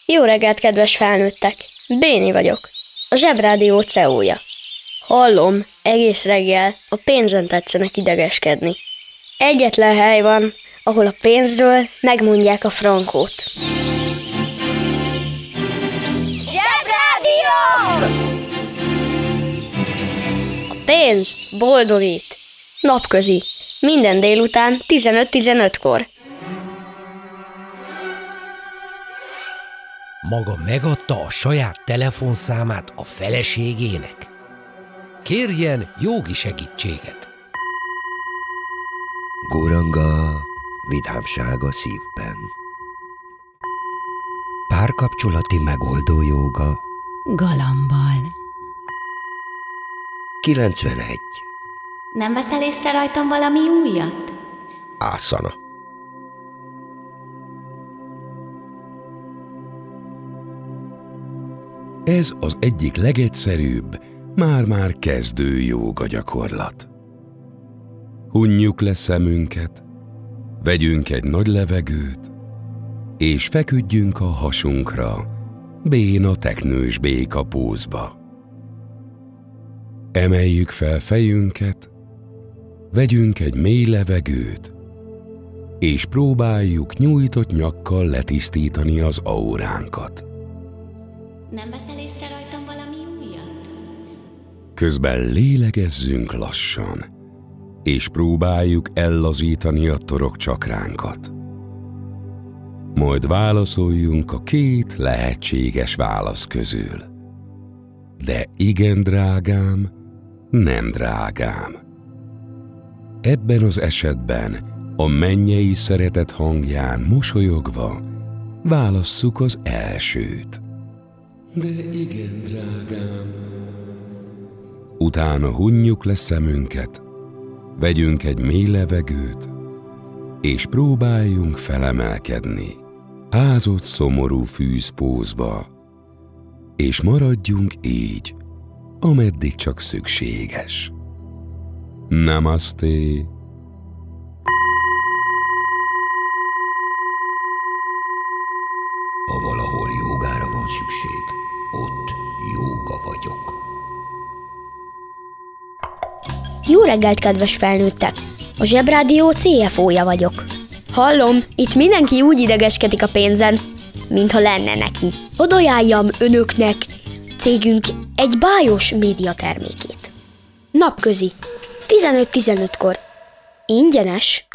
Jó reggelt, kedves felnőttek! Béni vagyok, a Zsebrádió CEO-ja. Hallom, egész reggel a pénzen tetszenek idegeskedni. Egyetlen hely van, ahol a pénzről megmondják a frankót. Zsebrádió! A pénz boldogít. Napközi, minden délután 15:15-kor. Maga megadta a saját telefonszámát a feleségének? Kérjen jogi segítséget. Góranga, vidámság a szívben. Párkapcsolati megoldó jóga. Galambal. 91. Nem veszel észre rajtam valami újat? Ászana. Ez az egyik legegyszerűbb, már-már kezdő jóga gyakorlat. Hunjuk le szemünket, vegyünk egy nagy levegőt, és feküdjünk a hasunkra, béna teknős béka pózba. Emeljük fel fejünket, vegyünk egy mély levegőt, és próbáljuk nyújtott nyakkal letisztítani az auránkat. Nem veszel észre rajtam valami újat? Közben lélegezzünk lassan, és próbáljuk ellazítani a torokcsakránkat. Majd válaszoljunk a két lehetséges válasz közül. De igen, drágám, nem drágám. Ebben az esetben a mennyei szeretet hangján mosolyogva válasszuk az elsőt. De igen, drágám. Utána hunjuk le szemünket, vegyünk egy mély levegőt, és próbáljunk felemelkedni, ázott szomorú fűzpózba, és maradjunk így, ameddig csak szükséges. Namaste! Ha valahol jógára van szükség, ott jóga vagyok. Jó reggelt, kedves felnőttek! A Zsebrádió CFO-ja vagyok. Hallom, itt mindenki úgy idegeskedik a pénzen, mintha lenne neki. Hadd ajánljam önöknek cégünk egy bájos médiatermékét. Napközi, 15:15-kor. Ingyenes.